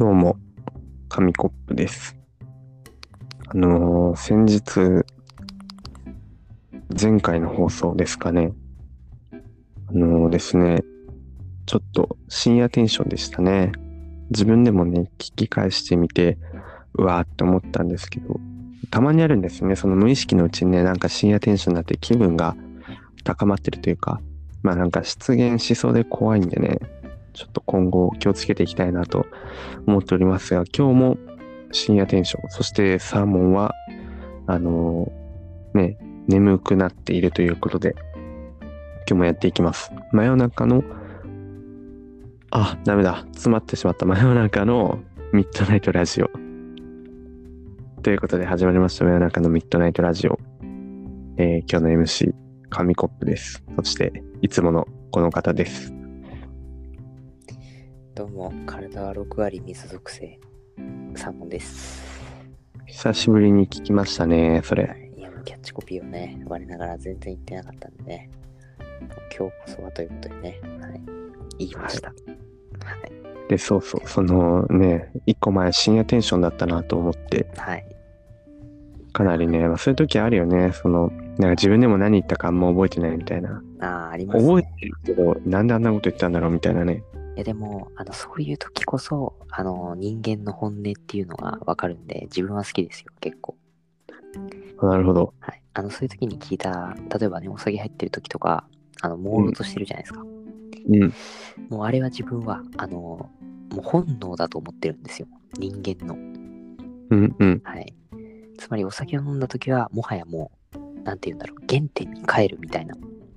どうも、紙コップです。先日、前回の放送ですかね。ですね、ちょっと深夜テンションでしたね。自分でもね、聞き返してみて、うわーって思ったんですけど、たまにあるんですね。その無意識のうちにね、なんか深夜テンションになって気分が高まってるというか、まあなんか出現しそうで怖いんでね、ちょっと今後気をつけていきたいなと思っておりますが、今日も深夜テンション、そしてサーモンは、ね、眠くなっているということで、今日もやっていきます。真夜中の、ダメだ。詰まってしまった真夜中のミッドナイトラジオ。ということで始まりました真夜中のミッドナイトラジオ。今日の MC、紙コップです。そして、いつものこの方です。 どうも、体は6割水属性、サーモンです。 久しぶりに聞きましたね、それ。 いや、もうキャッチコピーをね、我ながら全然言ってなかったんでね、今日こそはということでね、言いました。はい。 で、そのね、一個前深夜テンションだったなと思って、 はい。 かなりね、そういう時あるよね。なんか自分でも何言ったかあんま覚えてないみたいな。 ありますね。 覚えてるけど、なんであんなこと言ったんだろうみたいなね。 いやでも、そういう時こそ、人間の本音っていうのがわかるんで、自分は好きですよ、結構。 なるほど。 はい。そういう時に聞いた、例えばね、お酒入ってる時とか、朦朧としてるじゃないですか。もうあれは自分は、もう本能だと思ってるんですよ。人間の。はい。つまりお酒を飲んだ時は、もはやもう、なんて言うんだろう、原点に帰るみたいな。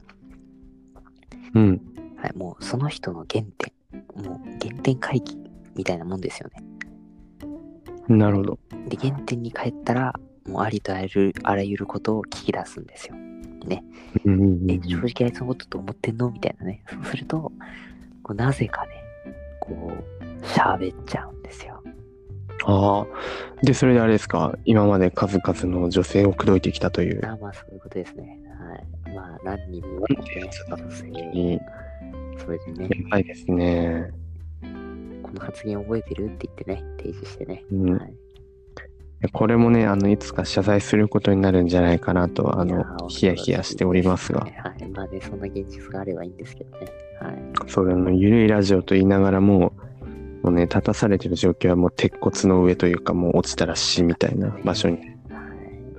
はい。もうその人の原点。もう原点回帰みたいなもんですよね。 なるほど。 で、原点に帰ったら、もうありとあらゆることを聞き出すんですよ。ね。正直あいつのことと思ってんのみたいなね。そうすると、なぜかね、喋っちゃうんですよ。 で、それであれですか、今まで数々の女性を口説いてきたという。 まあ、そういうことですね。はい。まあ、何人も、 なんてやつだ。 女性を、それでね。 やばいですね。 この発言覚えてるって言ってね、提示してね。はい。 これもね、いつか謝罪することになるんじゃないかなと、ヒヤヒヤしておりますが。 はい。まあね、そんな現実があればいいんですけどね。はい。 ゆるいラジオと言いながらもうね、立たされてる状況はもう鉄骨の上というか、もう落ちたら死みたいな場所に、 はい。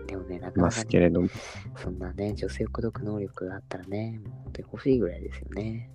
でもね、なかなか、 ますけれども。 そんなね、女性を口説く能力があったらね、もう本当に欲しいぐらいですよね。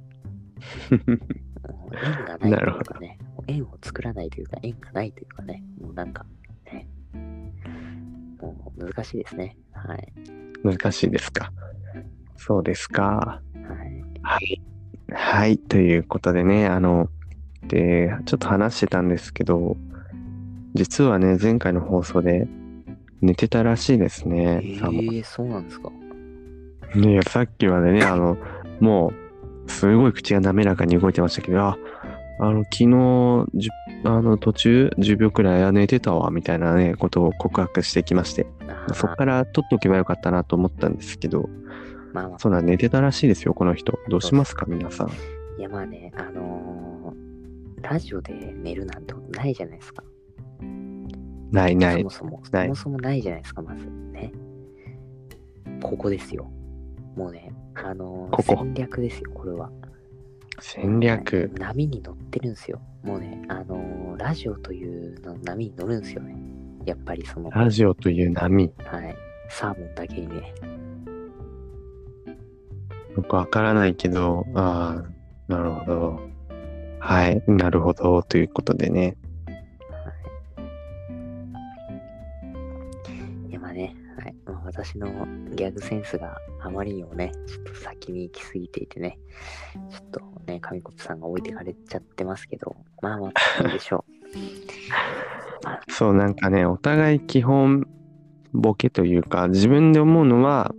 縁がないというかね、縁を作らないというか、縁がないというかね、もうなんかね、もう難しいですね。はい。 難しいですか。そうですか。 はい。 はい。ということでね、で、ちょっと話してたんですけど、実はね、前回の放送で寝てたらしいですね。 そうなんですか。 いや、さっきまでね、もう、すごい口が滑らかに動いてましたけど、昨日、途中10秒くらい寝てたわ、みたいなね、ことを告白してきまして、そっから撮っておけばよかったなと思ったんですけど、そんな寝てたらしいですよ、この人。どうしますか、皆さん。 いや、まあね、ラジオで寝るなんてことないじゃないですか。 ない。 そもそもないじゃないですか、まず。ね。ここですよ。もうね、戦略ですよ、これは。 戦略。 波に乗ってるんですよ。もうね、ラジオというの波に乗るんですよね。やっぱりラジオという波。 はい。サーモンだけにね。 よくわからないけど、なるほど。はい、なるほど、ということでね。 いや、まあね、はい。私のギャグセンスがあまりにもね、ちょっと先に行き過ぎていてね、ちょっとね、紙コップさんが置いてかれちゃってますけど、まあ、いいでしょう。そう、なんかね、お互い基本、ボケというか、自分で思うのは、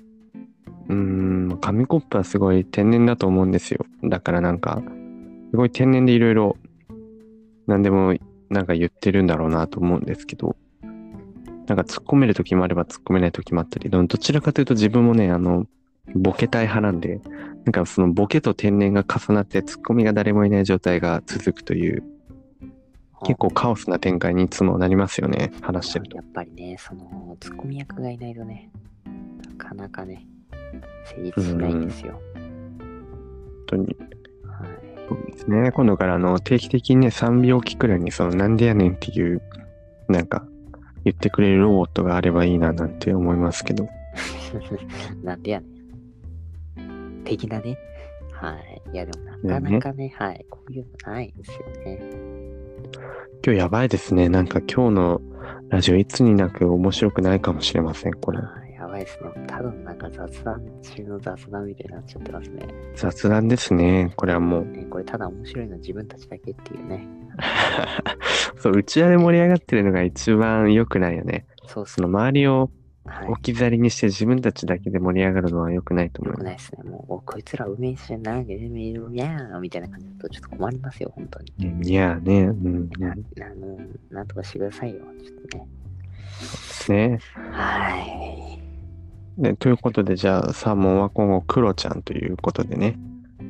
紙コップはすごい天然だと思うんですよ。だからなんか、すごい天然でいろいろ、何でもなんか言ってるんだろうなと思うんですけど、なんか突っ込める時もあれば突っ込めない時もあったり、どちらかというと自分もね、ボケたい派なんで、なんかそのボケと天然が重なって突っ込みが誰もいない状態が続くという結構カオスな展開にいつもなりますよね、話してると。 やっぱりね、そのツッコミ役がいないとね、なかなかね、成立しないんですよ。 本当に。そうですね。今度から定期的にね、3秒期くらいになんでやねんっていう、なんか、言ってくれるロボットがあればいいななんて思いますけど。 なんでやねん。的なね。はい。いやでもなかなかね、はい。こういうのないんですよね。 今日やばいですね。なんか今日のラジオいつになく面白くないかもしれません、これ。 やばいですね。ただなんか雑談中の雑談みたいになっちゃってますね。 雑談ですね。これはもう。 ね、これただ面白いのは自分たちだけっていうね。 そう、うちわで盛り上がってるのが一番良くないよね。 そうっすね。 その周りを置き去りにして自分たちだけで盛り上がるのは良くないと思う。 良くないですね。もう、こいつら運営してなんで見るにゃーみたいな感じだとちょっと困りますよ、本当に。 いやね、 なんとかしてくださいよ、ちょっとね。 そうですね。 はい。 で、ということで、じゃあ、サーモンは今後、クロちゃんということでね。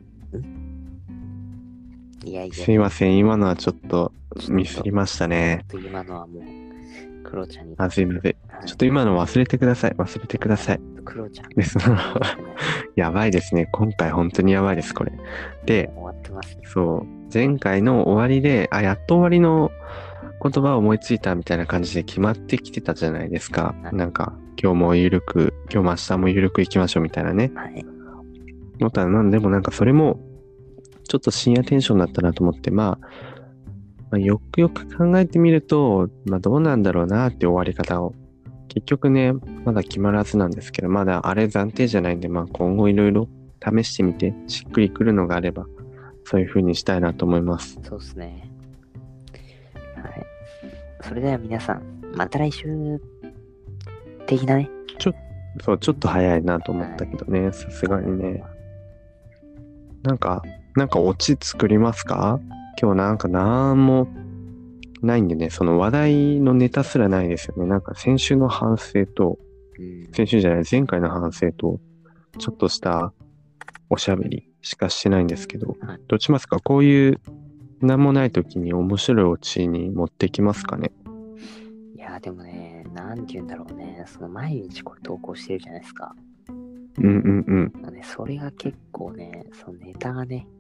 いやいや。 すいません、今のはちょっとミスりましたね。 今のはもう、クロちゃんに。 すいません。ちょっと今の忘れてください。 クロちゃん。 です。やばいですね。今回本当にやばいです、これ。で、 終わってますね。 そう、前回の終わりで、やっと終わりの言葉を思いついたみたいな感じで決まってきてたじゃないですか。なんか、今日も明日もゆるく行きましょうみたいなね。 はい。 思ったら、でもなんかそれも、ちょっと深夜テンションだったなと思って、よくよく考えてみると、どうなんだろうなって終わり方を。結局ね、まだ決まらずなんですけど、まだあれ暫定じゃないんで、今後いろいろ試してみて、しっくりくるのがあれば、そういう風にしたいなと思います。 そうですね。はい。それでは皆さん、また来週的なね。 ちょっと早いなと思ったけどね、さすがにね。なんかオチ作りますか？今日なんもないんでね、その話題のネタすらないですよね。なんか先週の反省と、前回の反省と、ちょっとしたおしゃべりしかしてないんですけど、どうしますか？こういう何もない時に面白いオチに持ってきますかね？ いや、でもね、なんて言うんだろうね、その毎日これ投稿してるじゃないですか。それが結構ね、そのネタがね、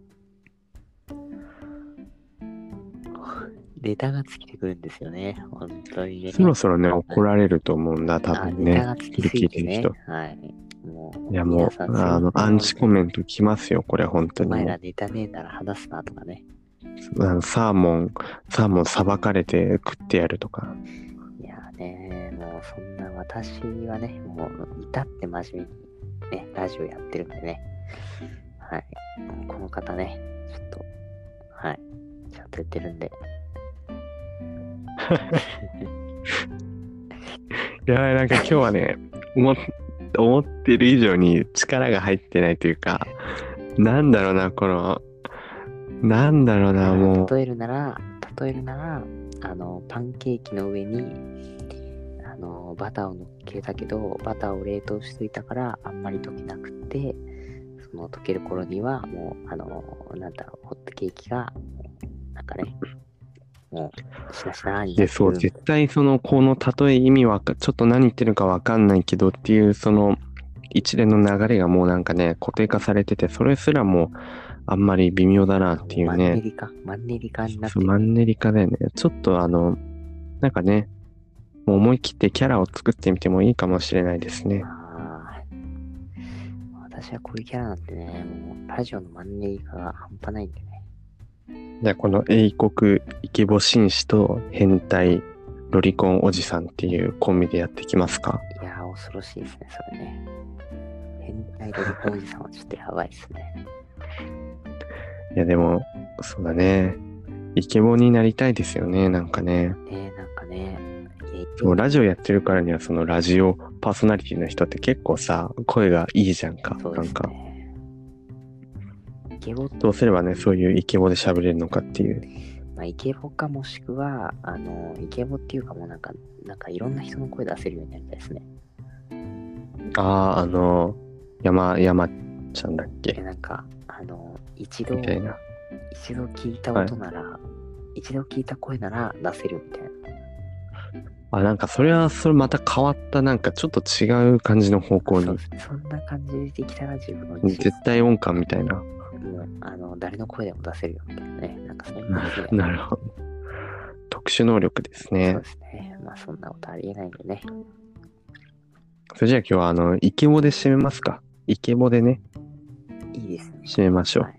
ネタが尽きてくるんですよね。本当にね。 そろそろね、怒られると思うんだ、多分ね。 ネタが尽きすぎてね。はい。 いやもう、アンチコメント来ますよ、これ、本当に。 お前らネタねえなら話すなとかね。 サーモンさばかれて食ってやるとか。 いやね、もうそんな私はね、もう至って真面目にね、ラジオやってるんでね。はい。この方ね、ちょっと、はい。ちゃんとやってるんで。 やばい、なんか今日はね、思ってる以上に力が入ってないというか、なんだろうな、もう。 例えるなら、パンケーキの上に、バターを乗っけたけど、バターを冷凍しといたから、あんまり溶けなくて、その溶ける頃には、もう、ホットケーキが、なんかね、もう、しなしなになってる。 そう、絶対この例え意味は、ちょっと何言ってるかわかんないけどっていう、一連の流れがもうなんかね、固定化されてて、それすらもあんまり微妙だなっていうね。 マンネリ化になってる。 マンネリ化だよね。ちょっとなんかね、もう思い切ってキャラを作ってみてもいいかもしれないですね。 私はこういうキャラなんてね、もうラジオのマンネリ化が半端ないんでね。 じゃあこの英国イケボ紳士と変態ロリコンおじさんっていうコンビでやっていきますか？ いやー、恐ろしいですね、それね。変態ロリコンおじさんはちょっとやばいですね。 いやでも、そうだね。イケボになりたいですよね、なんかね。そう、ラジオやってるからには、そのラジオパーソナリティの人って結構さ、声がいいじゃんか。 そうですね、 なんか。どうすればね、そういうイケボで喋れるのかっていう。 イケボかもしくは、イケボっていうかもうなんかいろんな人の声出せるようになりたいですね。 山ちゃんだっけ？ 一度聞いた音なら、 一度聞いた声なら出せるみたいな。 なんかそれまた変わったなんかちょっと違う感じの方向に。 そうですね。そんな感じでできたら自分の絶対音感みたいな。 もう誰の声でも出せるよみたいなね。なんかそんななるほど。特殊能力ですね。 そうですね。まあそんなことありえないんでね。 それじゃあ今日はイケボで締めますか。イケボでね。 いいですね。 締めましょう。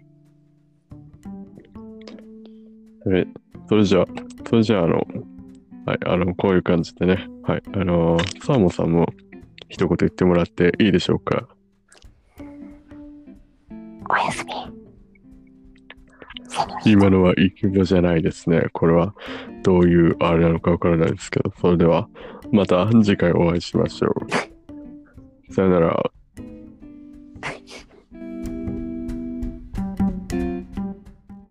はい、それじゃあはい、こういう感じでね。はい、サーモンさんも一言言ってもらっていいでしょうか。 おやすみ。 今のはイケボじゃないですね。これはどういうあれなのかわからないですけど、それではまた次回お会いしましょう。さよなら。